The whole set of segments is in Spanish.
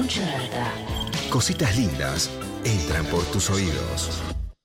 Nerda. Cositas lindas entran por tus oídos.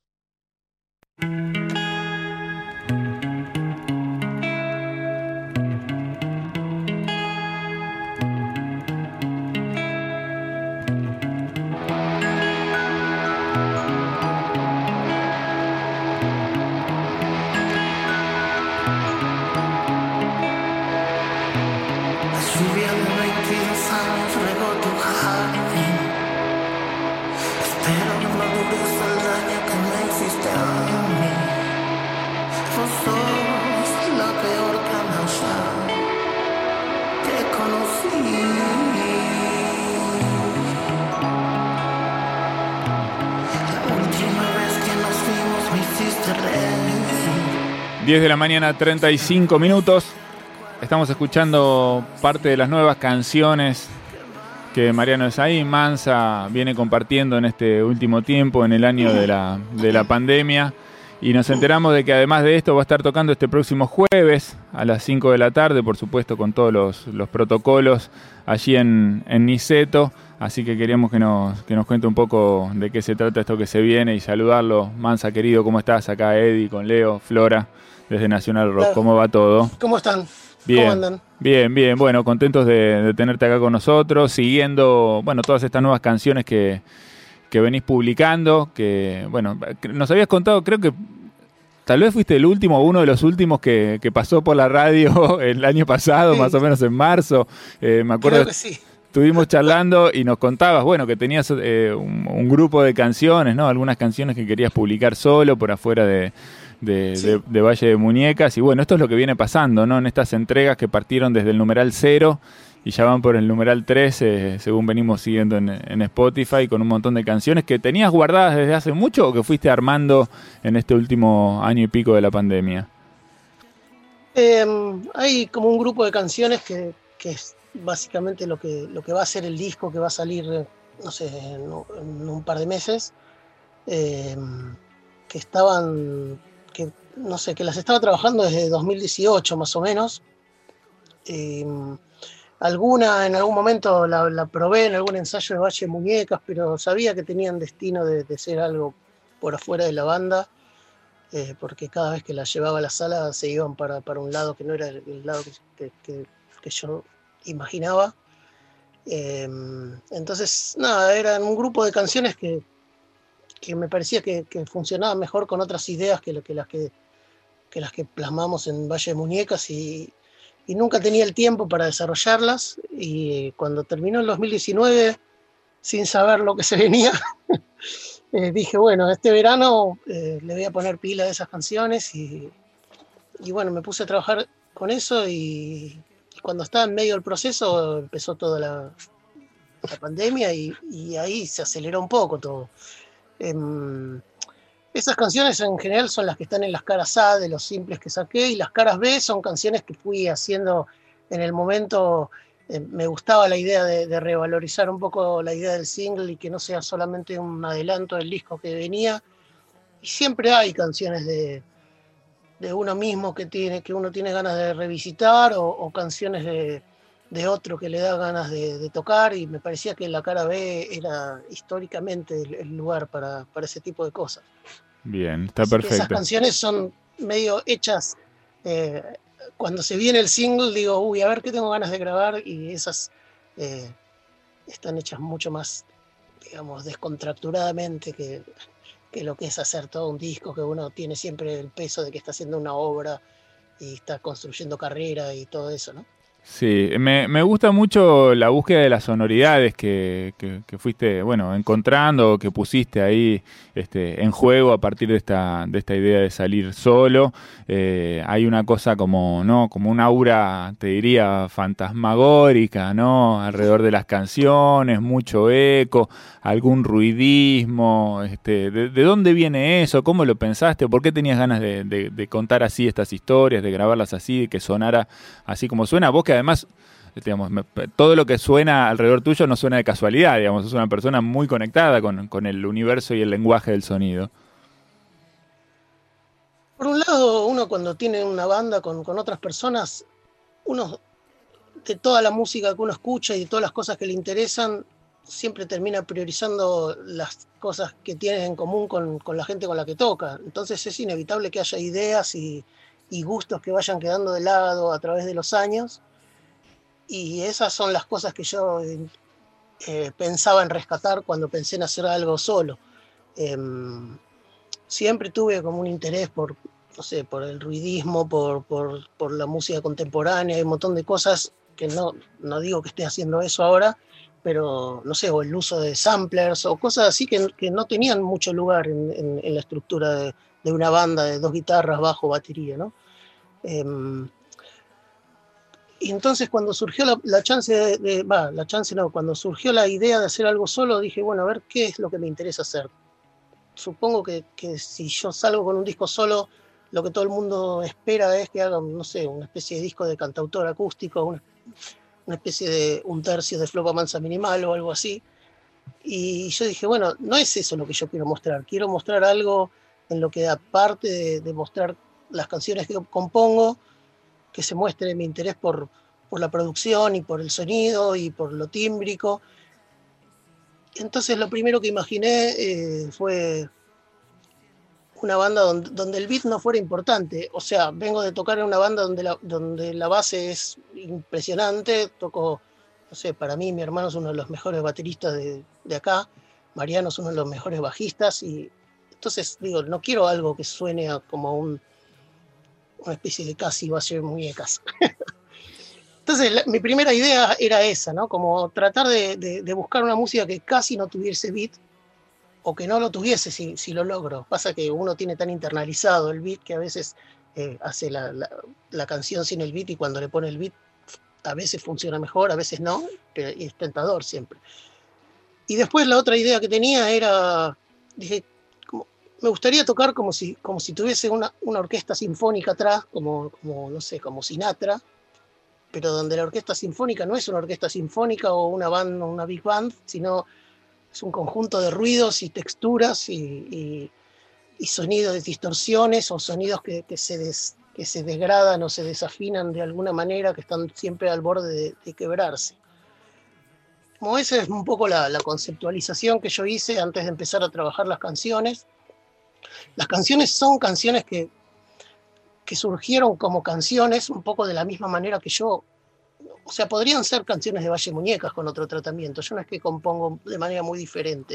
De la mañana, 35 minutos. Estamos escuchando parte de las nuevas canciones que Mariano Esaí Mansa viene compartiendo en este último tiempo, en el año de la pandemia. Y nos enteramos de que además de esto va a estar tocando este próximo jueves a las 5 de la tarde, por supuesto con todos los protocolos allí en Niceto. Así que queríamos que nos cuente un poco de qué se trata esto que se viene y saludarlo. Mansa, querido, ¿cómo estás? Acá Eddie, con Leo, Flora, desde Nacional Rock. ¿Cómo va todo? ¿Cómo están? Bien, ¿Cómo andan? Bien. Bueno, contentos de tenerte acá con nosotros, siguiendo, bueno, todas estas nuevas canciones que venís publicando, que, bueno, nos habías contado, creo que tal vez fuiste el último, uno de los últimos que pasó por la radio el año pasado, sí. Más o menos en marzo. Me acuerdo. Creo que sí. Estuvimos charlando y nos contabas, bueno, que tenías un grupo de canciones, ¿no? Algunas canciones que querías publicar solo por afuera de Valle de Muñecas. Y bueno, esto es lo que viene pasando, ¿no? En estas entregas que partieron desde el numeral 0 y ya van por el numeral 3, según venimos siguiendo en Spotify, con un montón de canciones que tenías guardadas desde hace mucho o que fuiste armando en este último año y pico de la pandemia. Hay como un grupo de canciones que es básicamente lo que va a ser el disco que va a salir, no sé, en un par de meses, que las estaba trabajando desde 2018 más o menos. Alguna en algún momento la probé en algún ensayo de Valle de Muñecas, pero sabía que tenían destino de ser algo por afuera de la banda, porque cada vez que la llevaba a la sala se iban para un lado que no era el lado que yo imaginaba. Entonces, nada, eran un grupo de canciones que me parecía que funcionaban mejor con otras ideas que las que plasmamos en Valle de Muñecas y nunca tenía el tiempo para desarrollarlas. Y cuando terminó el 2019, sin saber lo que se venía, dije, bueno, este verano le voy a poner pila a esas canciones y bueno, me puse a trabajar con eso y cuando estaba en medio del proceso empezó toda la pandemia y ahí se aceleró un poco todo. Esas canciones en general son las que están en las caras A de los simples que saqué, y las caras B son canciones que fui haciendo en el momento. Me gustaba la idea de revalorizar un poco la idea del single y que no sea solamente un adelanto del disco que venía. Y siempre hay canciones de uno mismo que uno tiene ganas de revisitar o canciones de otro que le da ganas de tocar, y me parecía que la cara B era históricamente el lugar para ese tipo de cosas. Bien, está así perfecto. Esas canciones son medio hechas, cuando se viene el single digo, a ver qué tengo ganas de grabar, y esas están hechas mucho más, digamos, descontracturadamente que lo que es hacer todo un disco, que uno tiene siempre el peso de que está haciendo una obra y está construyendo carrera y todo eso, ¿no? Sí, me gusta mucho la búsqueda de las sonoridades que fuiste, bueno, encontrando, que pusiste ahí en juego a partir de esta idea de salir solo. Hay una cosa como un aura, te diría, fantasmagórica, ¿no? Alrededor de las canciones, mucho eco, algún ruidismo. ¿De dónde viene eso? ¿Cómo lo pensaste? ¿Por qué tenías ganas de contar así estas historias, de grabarlas así, de que sonara así como suena? Vos que además, digamos, todo lo que suena alrededor tuyo no suena de casualidad, digamos, es una persona muy conectada con el universo y el lenguaje del sonido. Por un lado, uno cuando tiene una banda con otras personas, uno de toda la música que uno escucha y de todas las cosas que le interesan, siempre termina priorizando las cosas que tienes en común con la gente con la que toca. Entonces es inevitable que haya ideas y gustos que vayan quedando de lado a través de los años. Y esas son las cosas que yo pensaba en rescatar cuando pensé en hacer algo solo. Siempre tuve como un interés por, no sé, por el ruidismo, por la música contemporánea, hay un montón de cosas que no digo que esté haciendo eso ahora, pero no sé, o el uso de samplers o cosas así que no tenían mucho lugar en la estructura de una banda de 2 guitarras, bajo, batería, ¿no? Y entonces cuando surgió la chance cuando surgió la idea de hacer algo solo, dije, bueno, a ver qué es lo que me interesa hacer. Supongo que si yo salgo con un disco solo, lo que todo el mundo espera es que haga, no sé, una especie de disco de cantautor acústico, una especie de un tercio de Flopa Mansa Minimal o algo así. Y yo dije, bueno, no es eso lo que yo quiero mostrar algo en lo que aparte de mostrar las canciones que compongo, que se muestre mi interés por la producción y por el sonido y por lo tímbrico. Entonces lo primero que imaginé fue una banda donde el beat no fuera importante. O sea, vengo de tocar en una banda donde la base es impresionante. Toco, no sé, para mí mi hermano es uno de los mejores bateristas de acá, Mariano es uno de los mejores bajistas, y entonces digo, no quiero algo que suene como una especie de casi base de muñecas. Entonces mi primera idea era esa, ¿no? Como tratar de buscar una música que casi no tuviese beat, o que no lo tuviese si lo logro. Pasa que uno tiene tan internalizado el beat que a veces hace la canción sin el beat, y cuando le pone el beat a veces funciona mejor, a veces no, pero es tentador siempre. Y después la otra idea que tenía era, dije, me gustaría tocar como si tuviese una orquesta sinfónica atrás, como no sé, como Sinatra, pero donde la orquesta sinfónica no es una orquesta sinfónica o una banda, una big band, sino es un conjunto de ruidos y texturas y sonidos de distorsiones o sonidos que se degradan o se desafinan de alguna manera, que están siempre al borde de quebrarse. Como esa es un poco la conceptualización que yo hice antes de empezar a trabajar las canciones. Las canciones son canciones que surgieron como canciones un poco de la misma manera que yo. O sea, podrían ser canciones de Valle Muñecas con otro tratamiento. Yo no es que compongo de manera muy diferente.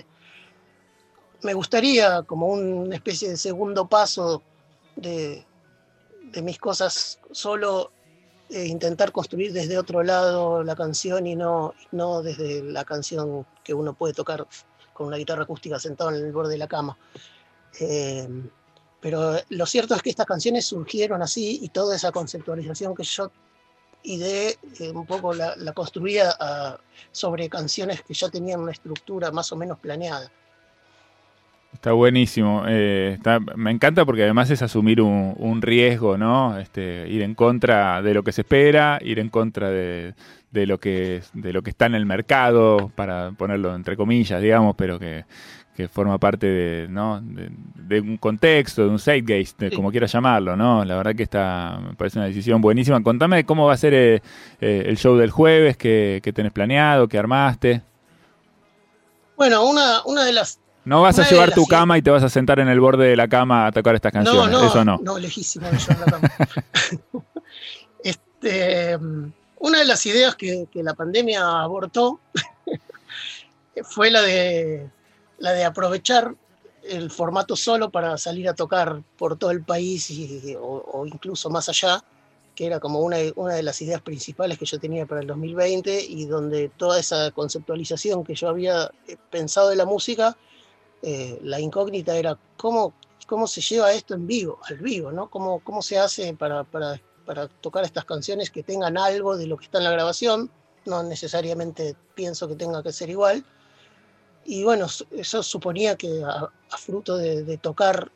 Me gustaría, como una especie de segundo paso de mis cosas, solo intentar construir desde otro lado la canción y no desde la canción que uno puede tocar con una guitarra acústica sentado en el borde de la cama. Pero lo cierto es que estas canciones surgieron así, y toda esa conceptualización que yo ideé un poco la construía sobre canciones que ya tenían una estructura más o menos planeada. Está buenísimo. Me encanta porque además es asumir un riesgo, ¿no? Ir en contra de lo que se espera, ir en contra de lo que está en el mercado, para ponerlo entre comillas, digamos, pero que forma parte de un contexto, de un zeitgeist, Sí. como quieras llamarlo, ¿no? La verdad que me parece una decisión buenísima. Contame cómo va a ser el show del jueves, qué tenés planeado, qué armaste. Bueno, una de las... No vas a llevar tu cama y te vas a sentar en el borde de la cama a tocar estas canciones, eso no. No, lejísimo de llevar la cama. Una de las ideas que la pandemia abortó fue la de aprovechar el formato solo para salir a tocar por todo el país o incluso más allá, que era como una de las ideas principales que yo tenía para el 2020, y donde toda esa conceptualización que yo había pensado de la música, la incógnita era cómo se lleva esto al vivo, ¿no? Cómo se hace para tocar estas canciones que tengan algo de lo que está en la grabación. No necesariamente pienso que tenga que ser igual. Y bueno, eso suponía que a fruto de tocar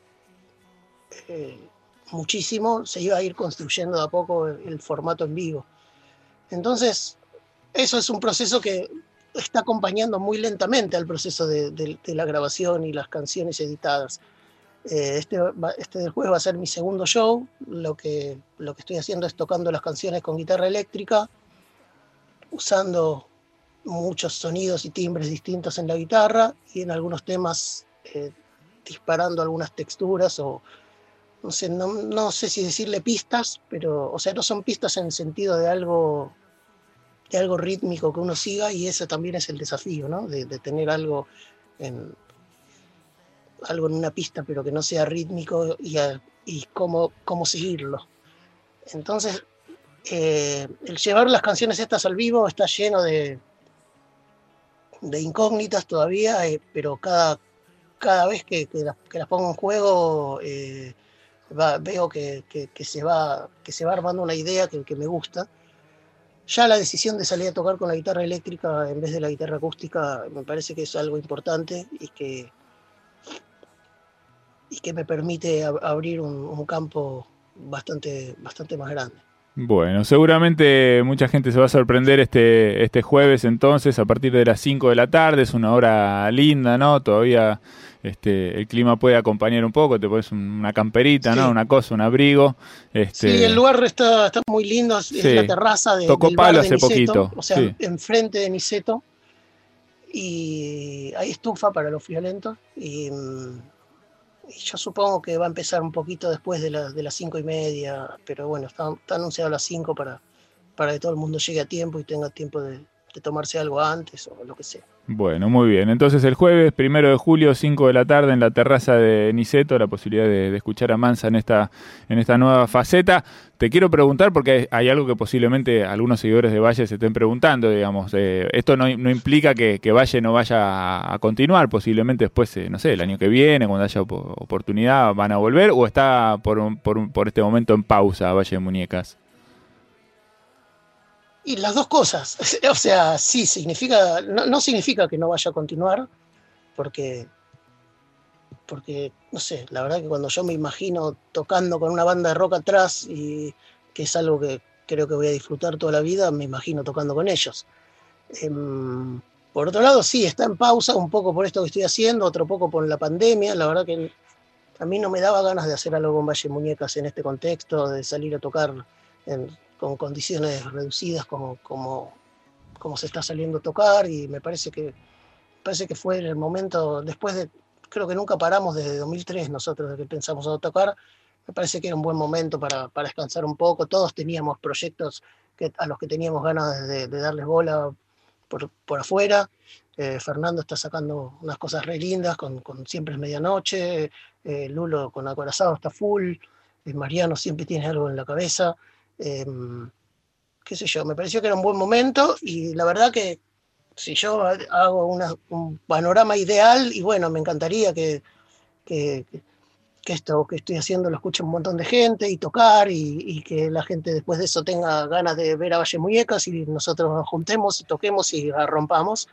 muchísimo, se iba a ir construyendo de a poco el formato en vivo. Entonces, eso es un proceso que está acompañando muy lentamente al proceso de la grabación y las canciones editadas. Este jueves va a ser mi segundo show. Lo que estoy haciendo es tocando las canciones con guitarra eléctrica, usando muchos sonidos y timbres distintos en la guitarra y en algunos temas disparando algunas texturas o no sé si decirle pistas, pero, o sea, no son pistas en el sentido de algo rítmico que uno siga, y ese también es el desafío, ¿no? De tener algo en una pista, pero que no sea rítmico y cómo seguirlo. Entonces, el llevar las canciones estas al vivo está lleno de incógnitas todavía, pero cada vez que las pongo en juego, veo que se va armando una idea que me gusta. Ya la decisión de salir a tocar con la guitarra eléctrica en vez de la guitarra acústica me parece que es algo importante y que me permite abrir un campo bastante más grande. Bueno, seguramente mucha gente se va a sorprender este jueves entonces a partir de las 5 de la tarde. Es una hora linda, ¿no? Todavía el clima puede acompañar un poco, te pones una camperita, sí, ¿no? Una cosa, un abrigo. Sí, el lugar está muy lindo, es sí, la terraza del bar de hace Niceto, poquito. O sea, sí, enfrente de Niceto, y hay estufa para los friolentos, y yo supongo que va a empezar un poquito después de las 5:30, pero bueno, está anunciado a las 5 para que todo el mundo llegue a tiempo y tenga tiempo de tomarse algo antes o lo que sea. Bueno, muy bien. Entonces el jueves 1 de julio, 5 de la tarde, en la terraza de Niceto, la posibilidad de escuchar a Mansa en esta nueva faceta. Te quiero preguntar, porque hay algo que posiblemente algunos seguidores de Valle se estén preguntando, digamos. Esto no implica que Valle no vaya a continuar, posiblemente después, no sé, el año que viene, cuando haya oportunidad, van a volver, o está por este momento en pausa Valle de Muñecas. Y las dos cosas, o sea, sí, no significa que no vaya a continuar, porque, no sé, la verdad que cuando yo me imagino tocando con una banda de rock atrás, y que es algo que creo que voy a disfrutar toda la vida, me imagino tocando con ellos. Por otro lado, sí, está en pausa, un poco por esto que estoy haciendo, otro poco por la pandemia. La verdad que a mí no me daba ganas de hacer algo con Valle Muñecas en este contexto, de salir a tocar con condiciones reducidas como se está saliendo a tocar, y me parece que fue el momento, después de, creo que nunca paramos desde 2003 nosotros, desde que pensamos a tocar, me parece que era un buen momento para descansar un poco. Todos teníamos proyectos a los que teníamos ganas de darles bola por afuera. Fernando está sacando unas cosas re lindas con Siempre es Medianoche, Lulo con Acorazado está full, Mariano siempre tiene algo en la cabeza. Qué sé yo, me pareció que era un buen momento, y la verdad que si yo hago un panorama ideal, y bueno, me encantaría que esto que estoy haciendo lo escuche un montón de gente y tocar, y que la gente después de eso tenga ganas de ver a Valle Muñecas y nosotros nos juntemos y toquemos y la rompamos.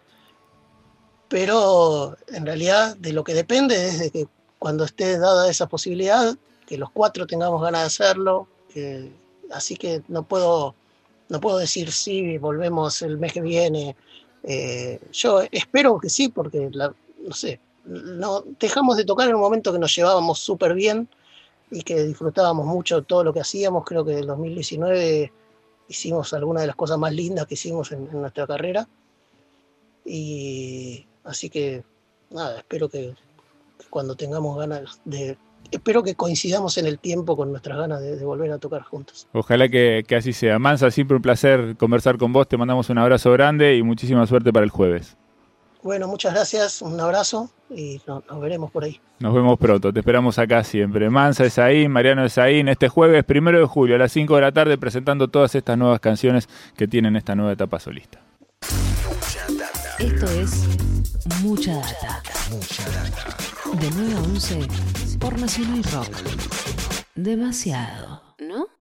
Pero en realidad de lo que depende es de que cuando esté dada esa posibilidad, que los 4 tengamos ganas de hacerlo. Así que no puedo decir sí, volvemos el mes que viene. Yo espero que sí, porque no sé, no dejamos de tocar en un momento que nos llevábamos súper bien y que disfrutábamos mucho todo lo que hacíamos. Creo que en el 2019 hicimos algunas de las cosas más lindas que hicimos en nuestra carrera. Y así que nada, espero que cuando tengamos ganas espero que coincidamos en el tiempo con nuestras ganas de volver a tocar juntos. Ojalá que así sea. Mansa, siempre un placer conversar con vos. Te mandamos un abrazo grande y muchísima suerte para el jueves. Bueno, muchas gracias, un abrazo y nos veremos por ahí. Nos vemos pronto, te esperamos acá siempre. Mansa Esaín, Mariano Esaín, este jueves 1 de julio a las 5 de la tarde, presentando todas estas nuevas canciones que tienen esta nueva etapa solista. Esto es Mucha Data. De 9 a 11 por Nacional Rock. Demasiado.